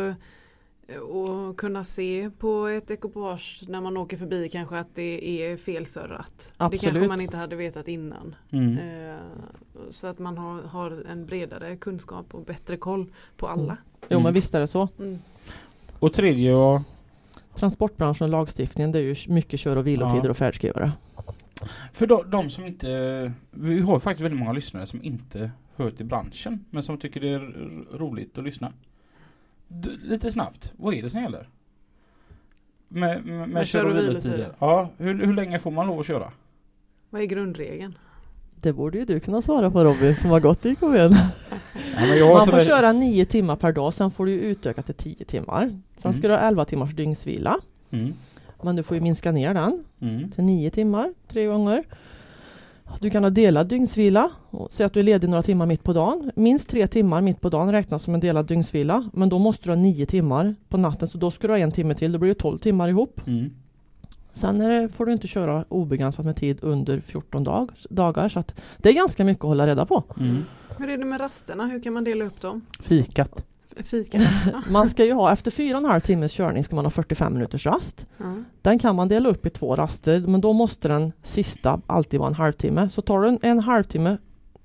och kunna se på ett ekipage när man åker förbi kanske att det är felsurrat. Det Absolut. kanske man inte hade vetat innan. Mm. Eh, så att man har, har en bredare kunskap och bättre koll på alla. Jo, Mm. men visst är det så. Mm. Och tredje var Transportbranschen och lagstiftningen, det är ju mycket kör- och vilotider Ja. och färdskrivare. för de, de som inte, vi har faktiskt väldigt många lyssnare som inte hör till branschen men som tycker det är r- roligt att lyssna. D- lite snabbt, vad är det som gäller? Med, med, med, Med kör och vilotider. Ja, hur, hur länge får man lov att köra? Vad är grundregeln? Det borde ju du kunna svara på, Robin, som har gått i K V N. Ja, men jag har Man får sådär- köra nio timmar per dag, sen får du utöka till tio timmar. Sen ska Mm. du ha elva timmars dygnsvila. Mm. Men du får ju minska ner den Mm. till nio timmar, tre gånger. Du kan ha delad dygnsvila. Och säg att du är ledig några timmar mitt på dagen. Minst tre timmar mitt på dagen räknas som en delad dygnsvila. Men då måste du ha nio timmar på natten, så då ska du ha en timme till. Då blir det tolv timmar ihop. Mm. Sen är det, får du inte köra obegränsat med tid under fjorton dag, dagar. Så att det är ganska mycket att hålla reda på. Mm. Hur är det med rasterna? Hur kan man dela upp dem? Fikat. Fikarasterna? Man ska ju ha, efter fyra och en halv timmes körning ska man ha fyrtiofem minuters rast. Ja. Den kan man dela upp i två raster, men då måste den sista alltid vara en halvtimme. Så tar du en, en halvtimme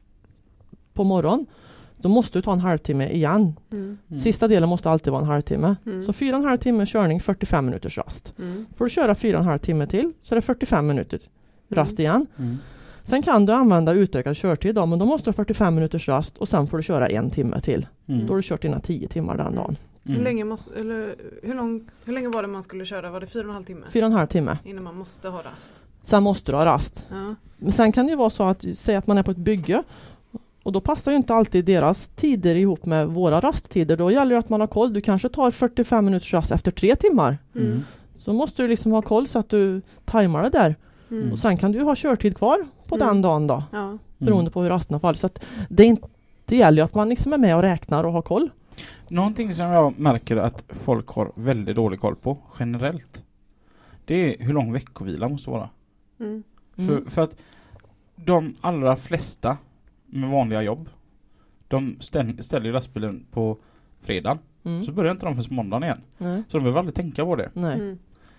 på morgon, då måste du ta en halvtimme igen. Mm. Mm. Sista delen måste alltid vara en halvtimme. Mm. Så fyra och en halv timme körning, fyrtiofem minuters rast. Mm. Får du köra fyra och en halv timme till, så är det fyrtiofem minuter rast igen. Mm. Sen kan du använda utökad körtid då, men då måste du ha fyrtiofem minuters rast och sen får du köra en timme till. Mm. Då har du kört dina tio timmar den dagen. Mm. Hur, länge måste, eller, hur, lång, hur länge var det man skulle köra? Var det fyra och en halv timme? Fyra och en halv timme. Innan man måste ha rast? Sen måste du ha rast. Ja. Men sen kan det ju vara så att, säg att man är på ett bygge och då passar ju inte alltid deras tider ihop med våra rasttider. Då gäller det att man har koll. Du kanske tar fyrtiofem minuters rast efter tre timmar. Mm. Så måste du liksom ha koll så att du tajmar det där. Mm. Och sen kan du ha körtid kvar på Mm. den dagen då. Ja. Beroende på hur rasterna faller. Så att det, är inte, det gäller ju att man liksom är med och räknar och har koll. Någonting som jag märker att folk har väldigt dålig koll på generellt, det är hur lång veckovila måste vara. Mm. Mm. För, för att de allra flesta med vanliga jobb, de ställ, ställer ju lastbilen på fredag Mm. Så börjar inte de förrän måndagen igen. Nej. Så de behöver aldrig tänka på det. Nej. Mm.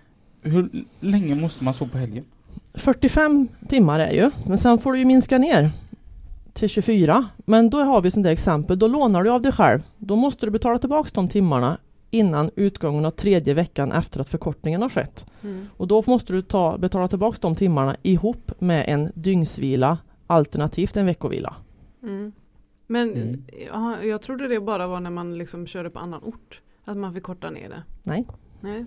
Hur länge måste man sova på helgen? fyrtiofem timmar är ju. Men sen får du ju minska ner till tjugofyra. Men då har vi sånt där exempel. Då lånar du av dig själv. Då måste du betala tillbaka de timmarna innan utgången av tredje veckan efter att förkortningen har skett. Mm. Och då måste du ta, betala tillbaka de timmarna ihop med en dygnsvila alternativt en veckovila. Mm. Men Mm. ja, jag trodde det bara var när man liksom körde på annan ort. Att man fick korta ner det. Nej. Nej.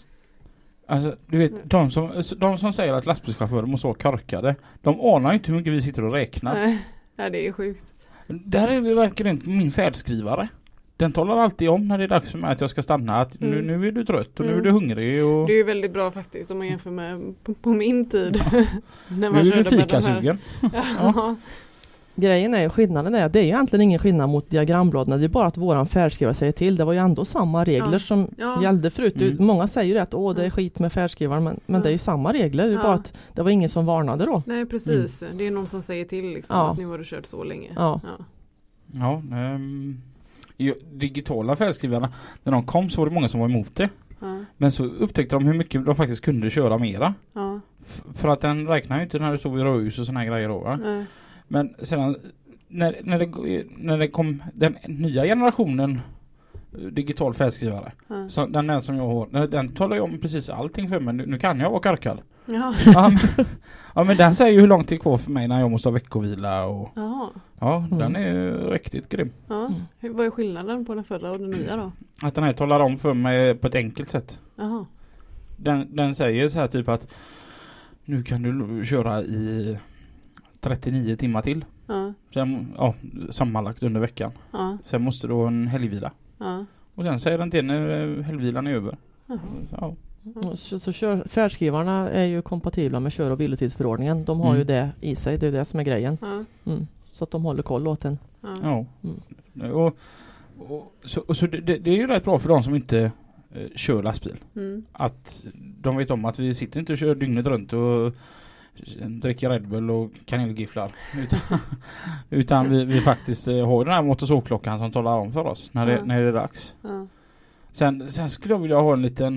Alltså, du vet, de som, de som säger att lastbilschaufförer måste vara korkade, de anar ju inte hur mycket vi sitter och räknar. Nej. Ja, det är sjukt. Där är det verkligen inte min färdskrivare. Den talar alltid om när det är dags för mig att jag ska stanna. Att nu, Mm. nu är du trött och nu är Mm. du hungrig. Och Det är ju väldigt bra faktiskt om man jämför med på, på min tid. När nu är du körde på de här- fikasugen. Ja. Grejen är, skillnaden är, det är ju egentligen ingen skillnad mot diagrambladen. Det är bara att våran färdskrivare säger till. Det var ju ändå samma regler Ja. som Ja. gällde förut. Mm. Många säger ju att åh, det är skit med färdskrivaren, men, men Ja. det är ju samma regler. Det är Ja. bara att det var ingen som varnade då. Nej, precis. Det är någon som säger till liksom, Ja. att nu har du kört så länge. Ja. Ja. Ja, ehm, ju- digitala färdskrivarna, när de kom så var det många som var emot det. Ja. Men så upptäckte de hur mycket de faktiskt kunde köra mera. Ja. F- för att den räknar ju inte när det stod i rödljus och såna här grejer då, va? Nej. Men sedan när, när, det, när det kom den nya generationen digital färdskrivare, Ja. så den, den som jag har, den, den talar ju om precis allting för mig. Nu, nu kan jag vara korkad. Ja. Ja, men, ja, men den säger ju hur långt det är kvar för mig när jag måste ha veckovila och Jaha. ja, Mm. den är ju riktigt grym. Ja. Mm. Hur- Vad är skillnaden på den förra och den nya då? Att den här talar om för mig på ett enkelt sätt. Jaha. Den, den säger så här typ att nu kan du köra i trettionio timmar till. Ja. Sen, ja, sammanlagt under veckan. Ja. Sen måste du ha en helgvila. Ja. Och sen säger den till när helgvilan är över. Jaha. Så, ja. Och Så, så kör, färdskrivarna är ju kompatibla med kör- och vilotidsförordningen. De har Mm. ju det i sig, det är det som är grejen. Ja. Mm. Så att de håller koll åt en. Ja. Ja. Mm. Och, och, så, och så det, det det är ju rätt bra för de som inte eh, kör lastbil. Mm. Att de vet om att vi sitter inte och kör dygnet runt och dricker Red Bull och kanelgifflar. Utan, utan vi, vi faktiskt eh, har den här motorsågklockan som talar om för oss när det, Ja. när det är dags. Ja. Sen, sen skulle jag vilja ha en liten...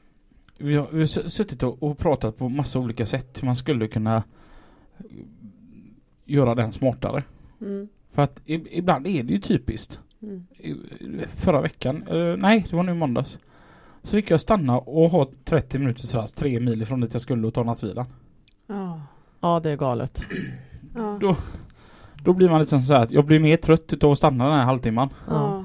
Vi har, vi har s- suttit och, och pratat på massa olika sätt hur man skulle kunna eh, göra den smartare. Mm. För att i, ibland är det ju typiskt. Mm. I- Förra veckan, eh, nej det var nu i måndags, så fick jag stanna och ha trettio minuters rast, tre mil ifrån dit jag skulle och ta nattvilan. Ja. Ja, det är galet. Ja. Då, då blir man liksom så här att jag blir mer trött utav att stanna den här halvtimman Ja.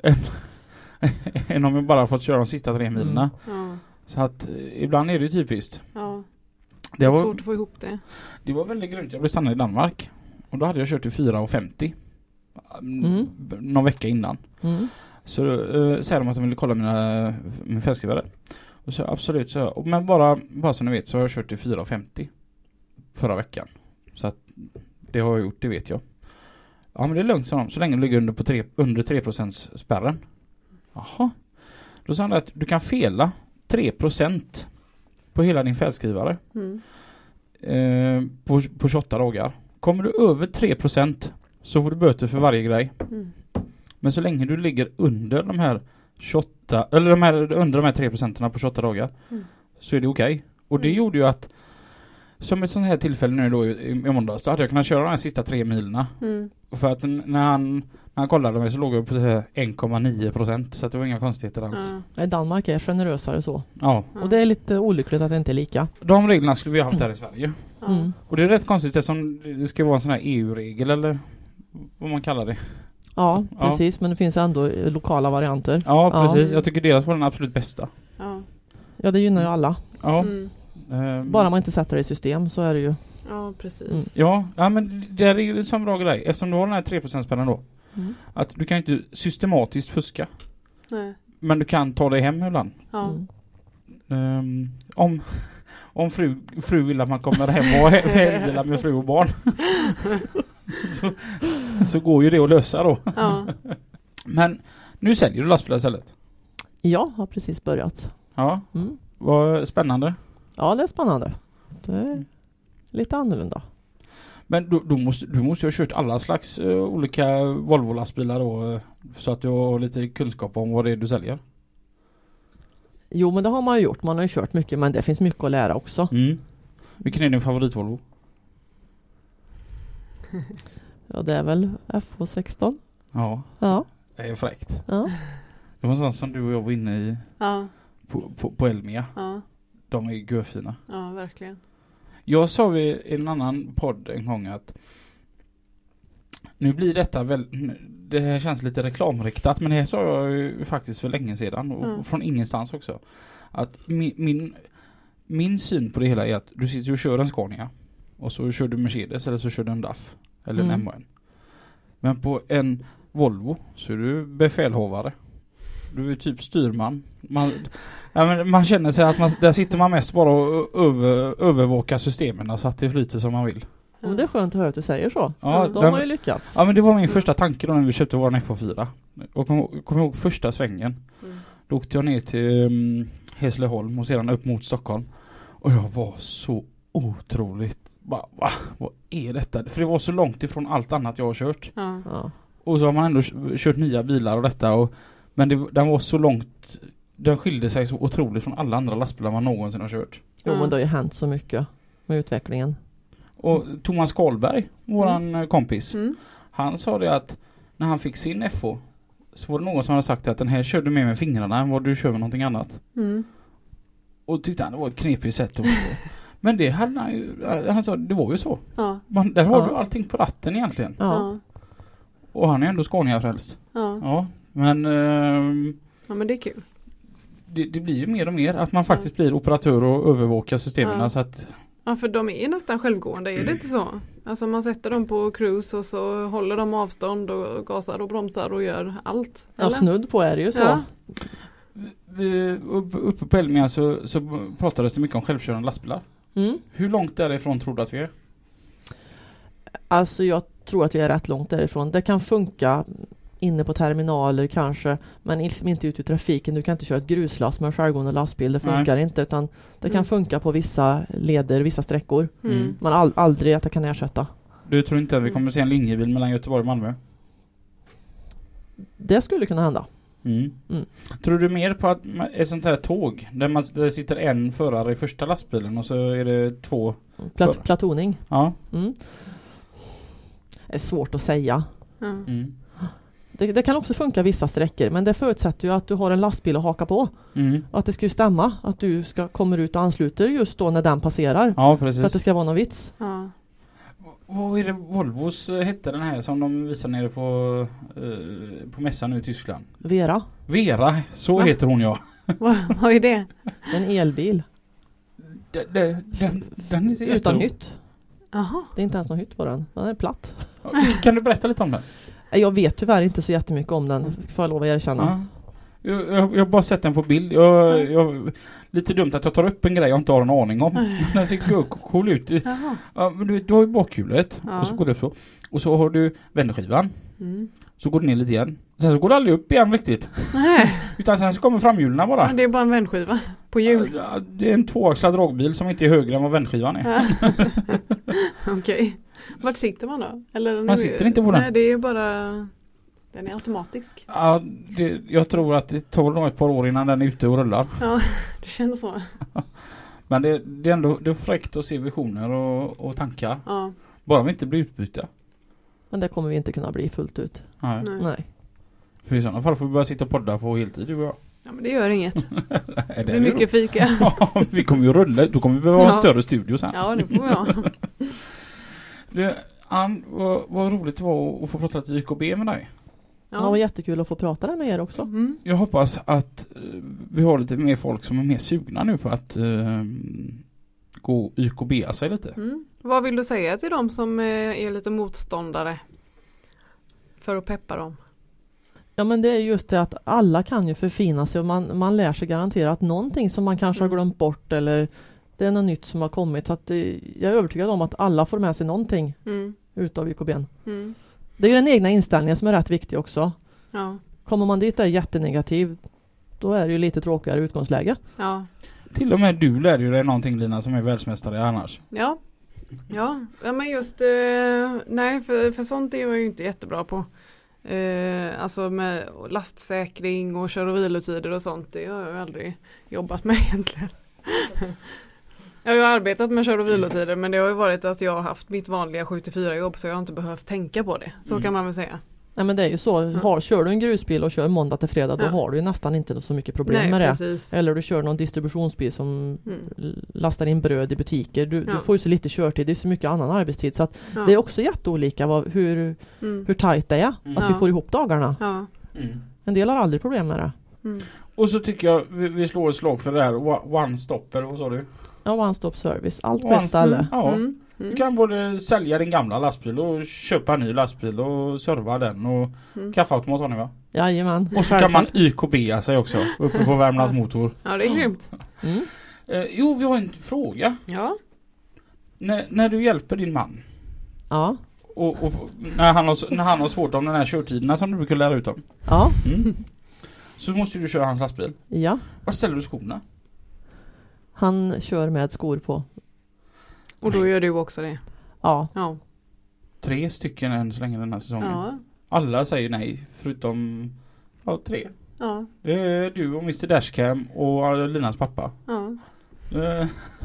än om jag bara fått köra de sista tre milerna. Ja. Så att eh, ibland är det ju typiskt. Ja. Det Det är var, svårt att få ihop det. det var väldigt grymt. Jag blev stannad i Danmark och då hade jag kört till fyra femtio Mm. b- någon vecka innan. Mm. Så uh, säger de att de ville kolla mina, min färdskrivare. Och så absolut, så, och, men bara, bara så ni vet så har jag kört till fyra femtio förra veckan. Så att det har jag gjort, det vet jag. Ja men det är lugnt, så, så länge du ligger under, på tre, under tre procent spärren. Jaha. Då sa han att du kan fela tre procent på hela din färdskrivare Mm. eh, på, på tjugoåtta dagar. Kommer du över tre procent så får du böter för varje grej. Mm. Men så länge du ligger under de här tjugoåtta, eller de här, under de här tre procenterna på tjugoåtta dagar, Mm. så är det okej. Och det Mm. gjorde ju att, som ett sånt här tillfälle nu då i, i måndags, då hade jag kunnat köra de här sista tre milerna. Mm. För att n- när han, när han kollade mig så låg jag på så här en komma nio procent, så att det var inga konstigheter alls. Ja. Nej, Danmark är generösare så. Ja, Ja. Och det är lite olyckligt att det inte är lika. de reglerna skulle vi ha haft här i Sverige. Ja. Mm. Och det är rätt konstigt eftersom det ska vara en sån här E U-regel eller vad man kallar det. Ja, Ja. precis. Men det finns ändå eh, lokala varianter. Ja, Ja. precis. Jag tycker deras var den absolut bästa. Ja. Ja, det gynnar ju alla. Ja. Mm. ehm, Bara man inte sätter det i system så är det ju... Ja, precis. Mm. Ja, ja, men det är ju en sån bra grej. Eftersom du har den här tre procent-spärren då. Mm. Att du kan inte systematiskt fuska. Nej. Men du kan ta dig hem ibland. Ja. Mm. Ehm, om om fru, fru vill att man kommer hem och helgvilar med fru och barn. så, så går ju det att lösa då. Ja. Men nu säljer du lastbilar istället. Jag har precis börjat. Ja, Mm. vad spännande. Ja, det är spännande. Det är lite annorlunda. Men då, då måste, du måste ju ha kört alla slags uh, olika Volvo-lastbilar då, uh, så att du har lite kunskap om vad det är du säljer. Jo, men det har man ju gjort. Man har ju kört mycket, men det finns mycket att lära också. Mm. Vilken är din favorit Volvo? Ja, det är väl F H sexton. Ja, Ja. det är fräckt. Ja. Det var sånt som du och jag var inne i Ja, på, på, på Elmia. ja, De är ju görfina. ja, verkligen. Jag sa vid en annan podd en gång att nu blir detta väl, det här känns lite reklamriktat, men det här sa jag ju faktiskt för länge sedan och Mm. från ingenstans också. Att min, min, min syn på det hela är att du sitter och kör en Scania och så kör du Mercedes eller så kör du en D A F eller Mm. en M A N. Men på en Volvo så är du befälhavare. Du är typ styrman. Man, ja, men man känner sig att man, där sitter man mest bara och över, övervakar systemen så att det flyter som man vill. Ja, men det är skönt att höra att du säger så. Ja, Då den- har man ju lyckats. Ja, men det var min första tanke då när vi köpte våran F H fyra. Och kom, kom ihåg första svängen. Mm. Då åkte jag ner till um, Hässleholm och sedan upp mot Stockholm. Och jag var så otroligt bara, va? Vad är detta? För det var så långt ifrån allt annat jag har kört. Ja. Ja. Och så har man ändå k- kört nya bilar och detta. Och, men det, den var så långt. Den skilde sig så otroligt från alla andra lastbilar man någonsin har kört. Jo, Ja. men det har ju hänt så mycket med utvecklingen. Och Thomas Karlberg, våran mm. kompis, Mm. han sa det att när han fick sin F H så var det någon som hade sagt att den här körde mer med fingrarna än vad du kör med någonting annat. Mm. Och tyckte han det var ett knepigt sätt att men det hade han ju, han sa det var ju så. Ja. Man, där har Ja. du allting på ratten egentligen. Ja. Ja. Och han är ändå Scania-frälst. Ja. Ja, men ehm, Ja, men det är kul. det, det blir ju mer och mer att man faktiskt blir operatör och övervakar systemen Ja. så att Ja, för de är nästan självgående, är det inte så? Alltså man sätter dem på cruise och så håller de avstånd och gasar och bromsar och gör allt. Ja, eller? snudd på är det ju så. Ja. vi, upp, uppe på Elmia så, så pratades det mycket om självkörande lastbilar. Mm. Hur långt därifrån tror du att vi är? Alltså jag tror att vi är rätt långt därifrån. Det kan funka inne på terminaler kanske, men liksom inte ute i trafiken. Du kan inte köra ett gruslass med en självgående lastbil. Det funkar inte, utan det kan Mm. funka på vissa leder, vissa sträckor. Mm. Mm. Men all, aldrig att det kan ersätta. Du tror inte att vi kommer se en linjebil mellan Göteborg och Malmö? Det skulle kunna hända. Mm. Mm. Tror du mer på att ma- ett sånt här tåg där, man, där det sitter en förare i första lastbilen och så är det två? Plat, För- platoning. Ja. Mm. Det är svårt att säga. Ja. Mm. Det, det kan också funka vissa sträckor, men det förutsätter ju att du har en lastbil att haka på. Mm. Och att det ska ju stämma. Att du ska, kommer ut och ansluter just då när den passerar. Ja, För att det precis. ska vara någon vits. Ja. Vad är det Volvos eh, hette den här som de visar nere på, eh, på mässan nu i Tyskland? Vera. Vera, så Va? heter hon ja. Vad, vad är det? En elbil. Den, den, den, den är så Utan jätterolig. hytt. Jaha. Det är inte ens någon hytt på den. Den är platt. Kan du berätta lite om den? Jag vet tyvärr inte så jättemycket om den. Får jag lov att erkänna. Ja. Jag, jag, jag har bara sett den på bild. Jag, jag, lite dumt att jag tar upp en grej jag inte har en aning om. Den ser go- cool ut. Jaha. Ja, men du, du har ju bakhjulet. Ja. Och så går det upp så. Och så har du vändskivan. Mm. Så går det ner lite igen. Sen så går det aldrig upp igen riktigt. Nej, Utan sen så kommer framhjulen bara. ja, det är bara en vändskiva på hjul. Ja, det är en tvåaxlad dragbil som inte är högre än vad vändskivan är. Okej. Vart sitter man då? Eller den Man är- sitter inte på den. Nej, det är bara... Den är automatisk. Ja, det, jag tror att det tar nog ett par år innan den är ute och rullar. Ja, det känns så. Men det, det är ändå det är fräckt att se visioner och, och tankar. Ja. Bara vi inte blir utbytta. Men det kommer vi inte kunna bli fullt ut. Nej. Nej. Nej. För i sådana fall får vi börja sitta och podda på heltid, du och jag. Ja, men det gör inget. Är Det är mycket fika. Ja, vi kommer ju rulla. Då kommer vi behöva ha en Ja. större studio sen. Ja, det får vi ha. Du, Ann, vad, vad roligt det var att få prata lite Y K B med dig. Ja. Det var jättekul att få prata där med er också. Mm. Jag hoppas att eh, vi har lite mer folk som är mer sugna nu på att eh, gå Y K B sig lite. Mm. Vad vill du säga till dem som eh, är lite motståndare? För att peppa dem. Ja, men det är just det att alla kan ju förfina sig och man, man lär sig garanterat någonting som man kanske Mm. har glömt bort eller det är något nytt som har kommit. Så att det, jag är övertygad om att alla får med sig någonting Mm. utav Y K B. Mm. Det är den egna inställningen som är rätt viktig också. Ja. Kommer man dit och är jättenegativ, då är det ju lite tråkigare utgångsläge. Ja. Till och med du lär ju dig någonting, Lina, som är världsmästare annars. Ja. Ja, ja men just, eh, nej för, för sånt är jag ju inte jättebra på. Eh, alltså med lastsäkring och kör- och vilotider och sånt, det har jag aldrig jobbat med egentligen. Jag har ju arbetat med kör- och vilotider, men det har ju varit att jag har haft mitt vanliga sju till fyra jobb, så jag har inte behövt tänka på det. Så Mm. kan man väl säga. Nej men det är ju så, har, kör du en grusbil och kör måndag till fredag, då Ja. har du ju nästan inte så mycket problem Nej, med det. precis. Eller du kör någon distributionsbil som Mm. lastar in bröd i butiker. Du, Ja. du får ju så lite körtid, det är så mycket annan arbetstid. Så att Ja. det är också jätteolika vad, hur, Mm. hur tajt det är. Mm. Att Ja. vi får ihop dagarna. Ja. Mm. En del har aldrig problem med det. Mm. Och så tycker jag vi, vi slår ett slag för det här wa- one stop, eller vad sa du? Ja, one stop service. Allt på One- ett ställe. Mm. Ja. Mm. Du Mm. kan både sälja din gamla lastbil och köpa en ny lastbil och serva den, och Mm. kaffeautomat har ni va? Jajamän. Och så kan man Y K B sig också uppe på Värmlands motor. Ja, det är grymt. Mm. Eh, jo, vi har en fråga. Ja. När, när du hjälper din man Ja. och, och när, han har, när han har svårt om den här körtiderna som du brukar lära ut om, Ja. mm. så måste du köra hans lastbil. Ja. Var ställer du skorna? Han kör med skor på. Och då gör du också det. Ja. Ja. Tre stycken än så länge den här säsongen. Ja. Alla säger nej, förutom ja, tre. Ja. Det är du och mister Dashcam och Linas pappa. Ja. Eh.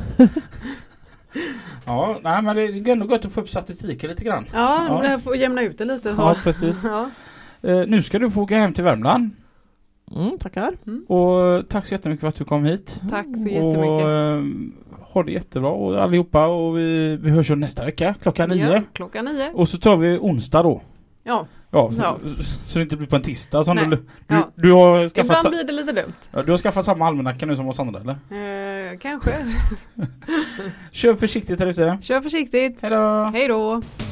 Ja, nej men det är ändå gott att få upp statistiken lite grann. Ja, Ja. jag får jämna ut det lite. Så. Ja, precis. Ja. Eh, nu ska du få åka hem till Värmland. Mm, tackar. Och tack så jättemycket för att du kom hit. Tack så Och jättemycket. eh, ha det jättebra och allihopa, och vi, vi hörs ju nästa vecka klockan nio. Ja, klockan nio. Och så tar vi onsdag då. Ja, Ja, för, Ja. så det inte blir på en tisdag som Nej. du, du, Ja. du har skaffat ibland sa- blir det lite dumt. ja, du har skaffat samma almanacka nu som oss andra, eller? Eh, kanske. Kör försiktigt här ute. Kör försiktigt. Hej då! Hej då.